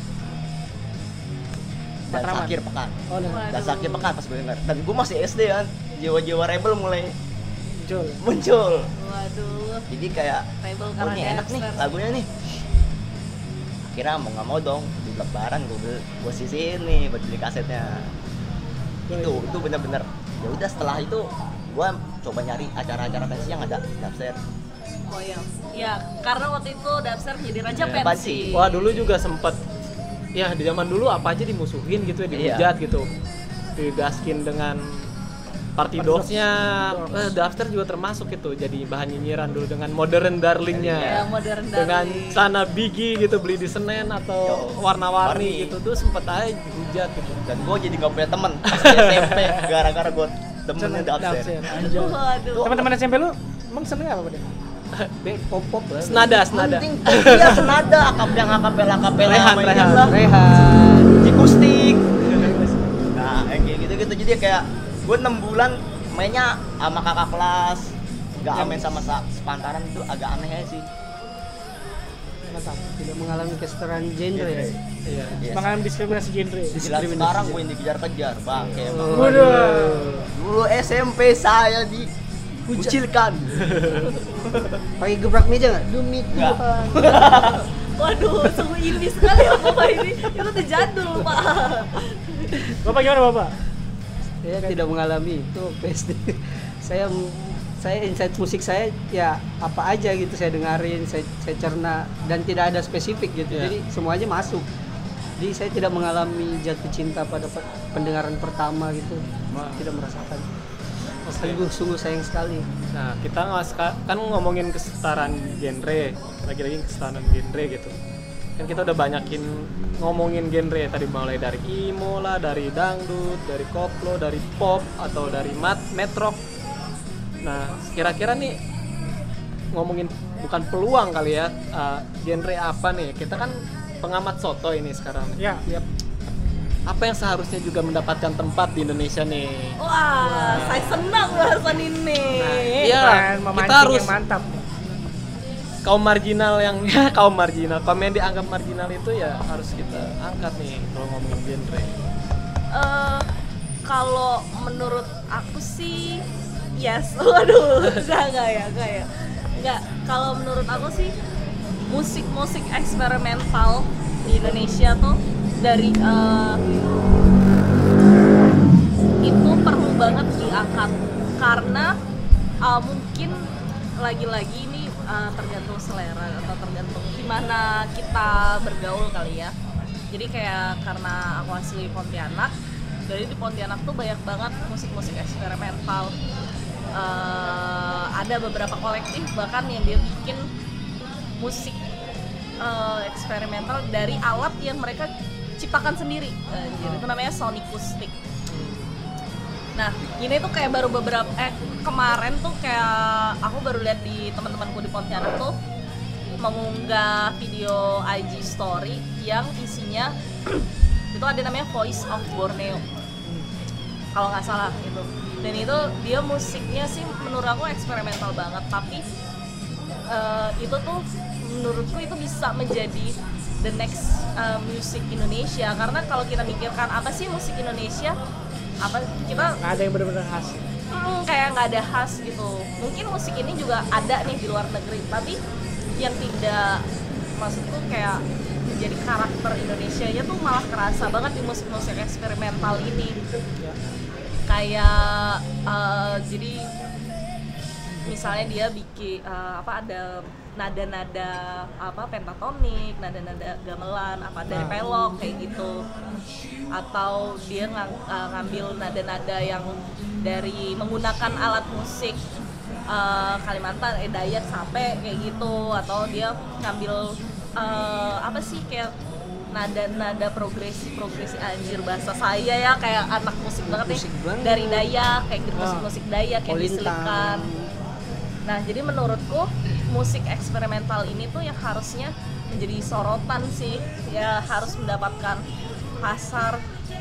dan Matraman. Sakir Pekan. Oh, dan Waduh. Dan Sakir Pekan pas gue denger. Dan gue masih S D kan. Jiwa-jiwa rebel mulai muncul. muncul. Waduh. Jadi kayak Rebel oh karena ini enak nih Dexter. lagunya nih. Akhirnya mau nggak mau dong di lebaran gue gue sisihin nih buat beli kasetnya. Itu itu bener-bener. Ya udah setelah itu gue coba nyari acara-acara pensi yang ada daftar. Oh iya. Ya, karena waktu itu Dapster menjadi raja Ya, pensi. pensi. Wah dulu juga sempet ya di zaman dulu apa aja dimusuhin gitu ya, dihujat gitu, digaskin dengan party dogs-nya. Eh, Daftar juga termasuk itu jadi bahan nyinyiran dulu dengan modern Ya, darlingnya, modern dengan darling. sana bigi gitu beli di Senen atau Yo, warna-warni warni. gitu tuh sempet aja dihujat gitu. Dan gue jadi nggak punya temen pas di S M P gara-gara gue temennya daftar. Dapser. Anjir. Waduh. Teman-teman S M P lu emang seneng apa pada? Pop-pop lah. Senada, senada. Penting iya senada akap yang akapela akapela Rehan, sama ini Rehan. lah. Rehan. Jikustik. Nah, yang kayak gitu-gitu jadi kayak gue enam bulan mainnya sama kakak kelas, nggak main sama sa- sepantaran itu agak aneh aja sih. Mantap. Tidak mengalami kesetaraan genre ya. Iya. Yes. Mengalami diskriminasi genre. Jelas sekarang gue yang dikejar-kejar bang, kayak emang. Waduh. Dulu S M P saya dikucilkan. Pakai gebrak meja nggak? Demi Nggak. Tuhan. Waduh, sungguh ini sekali ya Bapak ini. Itu udah jadul, Pak. Bapak gimana Bapak? Saya tidak mengalami itu P S D. Saya saya insight musik saya ya apa aja gitu saya dengerin, saya, saya cerna dan tidak ada spesifik gitu. Iya. Jadi semuanya masuk. Jadi saya tidak mengalami jatuh cinta pada pe- pendengaran pertama gitu. Tidak merasakan. Sungguh-sungguh sayang sekali. Nah, kita nggak seka- kan ngomongin kesetaraan genre, lagi-lagi kesetaraan genre gitu. Kan kita udah banyakin ngomongin genre tadi mulai dari emo lah, dari dangdut, dari koplo, dari pop atau dari mat metrok. Nah, kira-kira nih ngomongin bukan peluang kali ya, uh, genre apa nih? Kita kan pengamat soto ini sekarang. Ya. Yap. Apa yang seharusnya juga mendapatkan tempat di Indonesia nih? Wah, saya senang bahasan ini. Iya, Keren, kita memancing harus yang mantap. kaum marginal yang ya kaum marginal, kaum yang dianggap marginal itu ya harus kita angkat nih kalau ngomongin genre. Eh, kalau menurut aku sih yes. Waduh, enggak enggak ya, enggak ya. Enggak, kalau menurut aku sih musik-musik eksperimental di Indonesia tuh dari eh, itu perlu banget diangkat karena eh, mungkin lagi-lagi ini eh, tergantung selera atau tergantung gimana kita bergaul kali ya. Jadi kayak karena aku asli Pontianak, dari di Pontianak tuh banyak banget musik-musik eksperimental uh, ada beberapa kolektif bahkan yang dia bikin musik uh, eksperimental dari alat yang mereka ciptakan sendiri. Anjir, itu namanya Sonicoustic. Nah, ini tuh kayak baru beberapa eh kemarin tuh kayak aku baru lihat di teman-temanku di Pontianak tuh mengunggah video I G story yang isinya itu ada namanya Voice of Borneo. Kalau nggak salah itu. Dan itu dia musiknya sih menurut aku eksperimental banget, tapi uh, itu tuh menurutku itu bisa menjadi the next uh, music Indonesia, karena kalau kita mikirkan apa sih musik Indonesia, apa kita nggak ada yang benar-benar khas. Hmm, kayak nggak ada khas gitu. Mungkin musik ini juga ada nih di luar negeri, tapi yang tidak, maksudku kayak menjadi karakter Indonesianya tuh malah kerasa banget di musik-musik eksperimental ini. Ya. Kayak uh, jadi misalnya dia bikin uh, apa ada nada-nada apa pentatonik, nada-nada gamelan apa dari pelok kayak gitu, atau dia ng uh, ngambil nada-nada yang dari menggunakan alat musik uh, Kalimantan, eh Dayak, Sape kayak gitu, atau dia ngambil uh, apa sih kayak nada-nada progresi progresi anjir bahasa saya ya kayak anak musik banget musik nih banget. dari Dayak kayak gitu, musik-musik Dayak yang diselipkan. Nah, jadi menurutku musik eksperimental ini tuh yang harusnya menjadi sorotan sih, ya harus mendapatkan pasar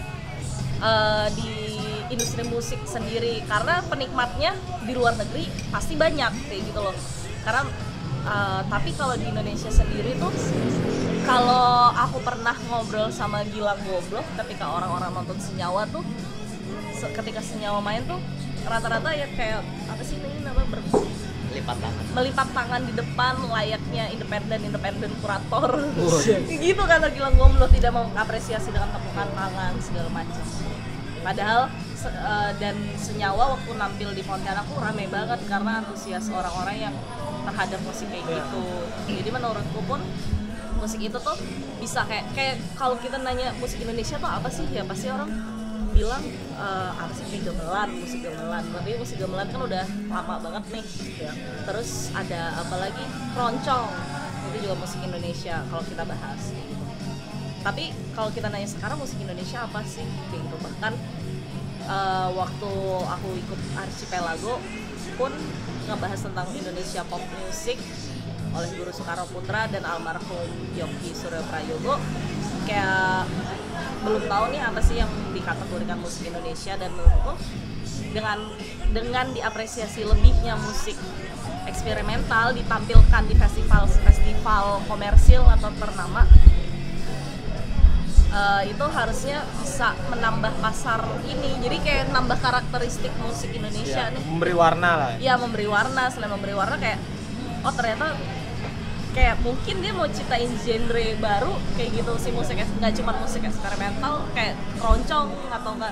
uh, di industri musik sendiri, karena penikmatnya di luar negeri pasti banyak kayak gitu loh. Karena uh, tapi kalau di Indonesia sendiri tuh, kalau aku pernah ngobrol sama Gilang Goblok ketika orang-orang nonton Senyawa tuh, ketika Senyawa main tuh rata-rata ya kayak apa sih ini namanya ber Melipat tangan. melipat tangan di depan layaknya independen independen kurator. Oh, Gitu kata Gilang Goblok, tidak mengapresiasi dengan tepukan tangan segala macam. Padahal se uh, dan Senyawa waktu nampil di Pontianak tuh rame banget karena antusias orang-orang yang terhadap musik kayak gitu. Jadi menurutku pun musik itu tuh bisa kayak kayak kalau kita nanya musik Indonesia tuh apa sih, ya pasti orang bilang uh, apa sih kayak gamelan, musik gamelan. Tapi musik gamelan kan udah lama banget nih ya. Terus ada apa lagi, keroncong, itu juga musik Indonesia kalau kita bahas gitu. Tapi kalau kita nanya sekarang musik Indonesia apa sih kayak gitu, bahkan uh, waktu aku ikut Archipelago pun ngebahas tentang Indonesia pop music oleh Guru Soekarno Putra dan almarhum Yogi Suryo Prayogo, kayak belum tahu nih apa sih yang dikategorikan musik Indonesia. Dan menurutku dengan dengan diapresiasi lebihnya musik eksperimental ditampilkan di festival-festival komersil atau ternama, uh, itu harusnya bisa menambah pasar ini. Jadi kayak nambah karakteristik musik Indonesia ya, nih. Memberi warna lah. Ya memberi warna, selain memberi warna kayak oh ternyata kayak mungkin dia mau ciptain genre baru kayak gitu sih, musik nggak cuma musik eksperimental kayak keroncong atau enggak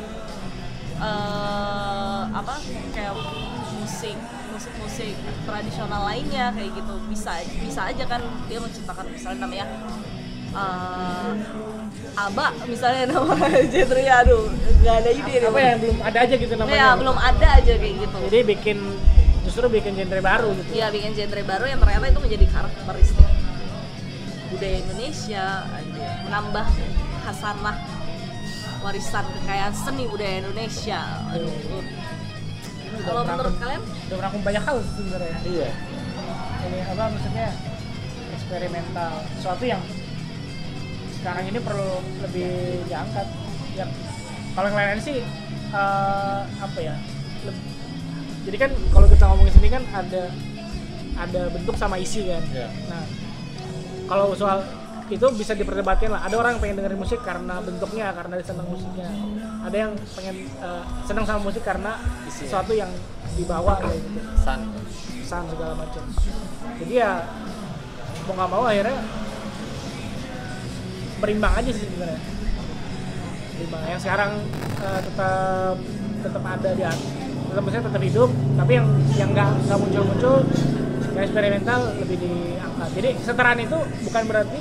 uh, apa kayak musik musik musik tradisional lainnya kayak gitu, bisa bisa aja kan dia menciptakan misalnya namanya uh, Aba misalnya nama genre, aduh nggak ada ide apa yang belum ada aja gitu namanya ya belum ada aja kayak gitu, jadi bikin justru bikin genre baru gitu. Iya, bikin genre baru yang ternyata itu menjadi karakteristik budaya Indonesia, menambah khasanah warisan kekayaan seni budaya Indonesia. Aduh. Kalau menurut kalian? Udah merangkum banyak hal sebenarnya. Iya. Ini apa maksudnya eksperimental, sesuatu yang sekarang ini perlu lebih diangkat. Ya, kalau yang lain sih uh, apa ya? Lebih, jadi kan kalau kita ngomongin sini kan ada ada bentuk sama isi kan. Yeah. Nah, kalau soal itu bisa diperdebatkan lah. Ada orang yang pengen dengerin musik karena bentuknya, karena dia senang musiknya. Ada yang pengen uh, senang sama musik karena Isi, sesuatu yang dibawa kayak gitu, San. pesan segala macam. Jadi ya mau nggak mau akhirnya berimbang aja sih sebenarnya. Berimbang. Yang sekarang uh, tetap tetap ada di atas. Tetap misalnya tetap hidup, tapi yang yang nggak nggak muncul-muncul, yang eksperimental lebih diangkat. Jadi kesetaraan itu bukan berarti,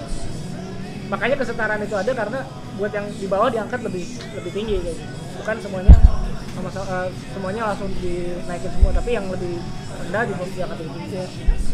makanya kesetaraan itu ada karena buat yang di bawah diangkat lebih lebih tinggi kayak gitu. Bukan semuanya sama uh, semuanya langsung dinaikin semua, tapi yang lebih rendah di Jakarta itu ya.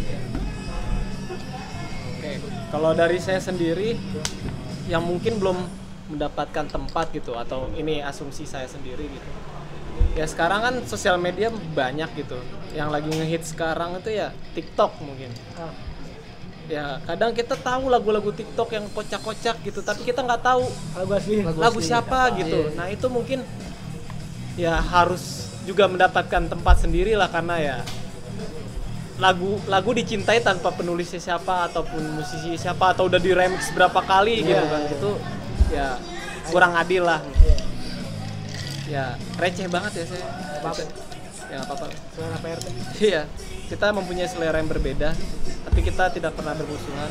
Oke, kalau dari saya sendiri yang mungkin belum mendapatkan tempat gitu, atau ini asumsi saya sendiri gitu. Ya sekarang kan sosial media banyak gitu. Yang lagi ngehits sekarang itu ya TikTok mungkin. Ah. Ya kadang kita tahu lagu-lagu TikTok yang kocak-kocak gitu, tapi kita nggak tahu Lagu asli. Lagu lagu asli. siapa gitu. Iya. Nah itu mungkin ya harus juga mendapatkan tempat sendiri lah, karena ya lagu lagu dicintai tanpa penulisnya siapa ataupun musisi siapa, atau udah di remix berapa kali gitu kan, itu ya kurang adil lah. Ya receh banget ya saya. Apa-apa. Ya nggak apa-apa. Selera P R T. Iya, kita mempunyai selera yang berbeda, tapi kita tidak pernah bermusuhan.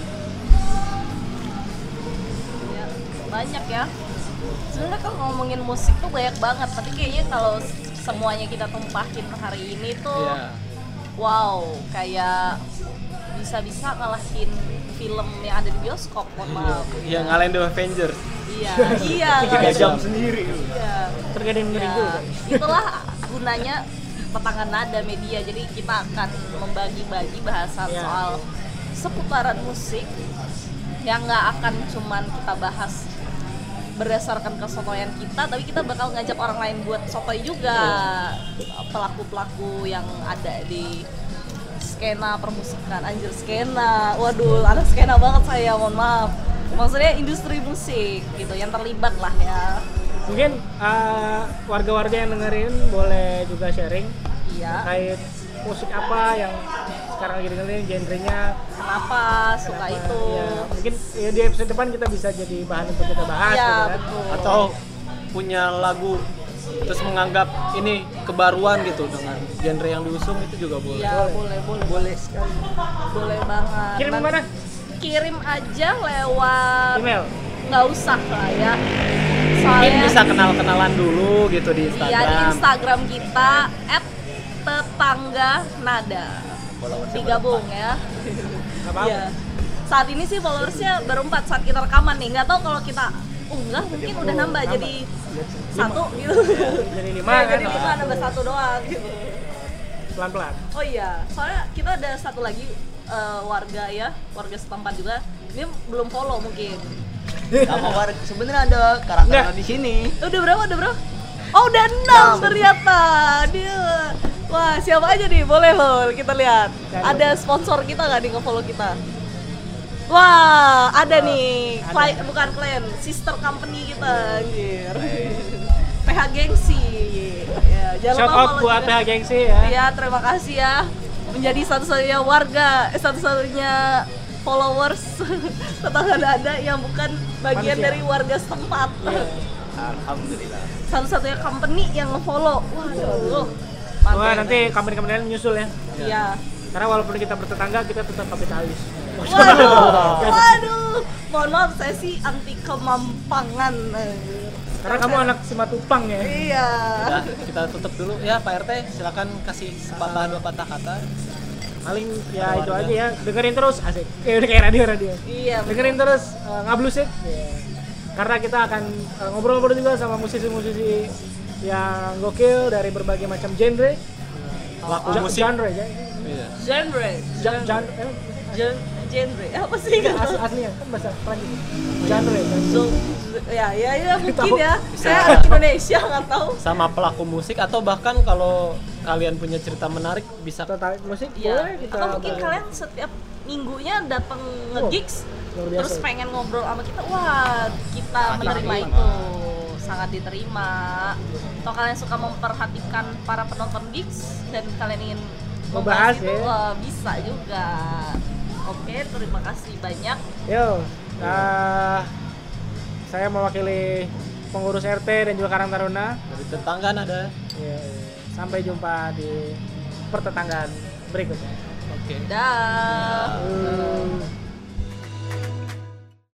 Ya, banyak ya. Sebenarnya kalau ngomongin musik tuh banyak banget, tapi kayaknya kalau semuanya kita tumpahin hari ini tuh Iya. wow, kayak bisa-bisa ngalahin film yang ada di bioskop, mohon maaf. Iya, ngalahin The Avengers. Iya, iya, Tiga ngalahin. jam sendiri. Iya. Terkadang Ya, minggu. itulah gunanya Petangan Nada Media. Jadi kita akan membagi-bagi bahasan Ya. soal seputaran musik yang nggak akan cuman kita bahas berdasarkan kesotoyan kita, tapi kita bakal ngajak orang lain buat sotoy juga, pelaku-pelaku yang ada di skena permusikan. Anjir, skena, waduh, anak skena banget saya, mohon maaf. Maksudnya industri musik gitu yang terlibat lah ya. Mungkin uh, warga-warga yang dengerin boleh juga sharing Iya. terkait musik apa yang sekarang lagi dengerin, genrenya Kenapa suka apa. itu? Ya, mungkin ya, di episode depan kita bisa jadi bahan untuk kita bahas Iya, gitu kan. betul. Atau punya lagu terus menganggap ini kebaruan gitu dengan genre yang diusung, itu juga boleh. Iya, boleh, boleh, boleh sekali. Boleh banget. Kirim Nanti kemana? Kirim aja lewat Email. nggak usah lah ya. Mungkin Soalnya bisa kenal-kenalan dulu gitu di iya, di Instagram. Instagram kita et tetangga nada. Digabung ya. Nggak apa-apa. Iya. Saat ini sih followersnya baru empat saat kita rekaman nih. Nggak tahu kalau kita unggah mungkin udah nambah nambah. jadi satu gitu. Jadi lima Ya, kan. jadi lima nambah satu doang gitu. Pelan-pelan. Oh iya, soalnya kita ada satu lagi eh, warga ya, warga setempat juga. Dia belum follow mungkin. Sama warga sebenarnya ada karakter Nggak. di sini. Udah berapa? Udah berapa? Oh, udah enam ternyata. Dia. Wah, siapa aja nih? Boleh loh kita lihat. Ada sponsor kita nggak nih nge-follow kita? Wah, ada nih. ada. Klien, bukan klien, sister company kita anjir. P H Gengsi. Ya, jangan Shout lupa out follow buat P juga. H Gengsi ya. Iya, terima kasih ya. Menjadi satu-satunya warga, eh, satu-satunya followers tetangga nada yang bukan bagian Manusia. dari warga setempat. Iya. Alhamdulillah. Satu-satunya company yang nge-follow. Waduh. Wah, mantap. nanti company-company lain nyusul ya. Iya. Karena walaupun kita bertetangga, kita tetap kapitalis. Waduh. Waduh. Mohon maaf, saya sih anti kemampangan. Karena kamu anak Simatupang ya. Iya. Udah, kita tutup dulu ya Pak R T, silakan kasih sepatah dua patah kata. Paling ya Keluarga. itu aja ya. Dengerin terus, asik. Kayak udah kayak radio-radio. Iya. Dengerin terus uh, Ngablusit. Karena kita akan uh, ngobrol-ngobrol juga sama musisi-musisi yang gokil dari berbagai macam genre. Pelaku Ja- musik. Genre ya. Iya. Genre. Ja- genre eh, Gen- genre. Apa sih? asli aslinya kan bahasa Prancis. Genre kan. So, ya, ya, ya mungkin Tahu. ya. Saya anak Indonesia nggak tahu. Sama pelaku musik, atau bahkan kalau kalian punya cerita menarik bisa Tertarik musik Iya. boleh kita. Atau mungkin bahas. kalian setiap minggunya datang nge-gigs luar biasa. terus pengen ngobrol sama kita. Wah, kita Sangat menerima diterima. itu. Sangat diterima. Atau kalian suka memperhatikan para penonton gigs dan kalian ingin Membahas, membahas itu, ya. wah, bisa juga. Oke, terima kasih banyak. Yo, uh, saya mewakili pengurus R T dan juga Karang Taruna. dari tetangga nada. Ya, sampai jumpa di pertetanggaan berikutnya. Oke. Dah. Uh.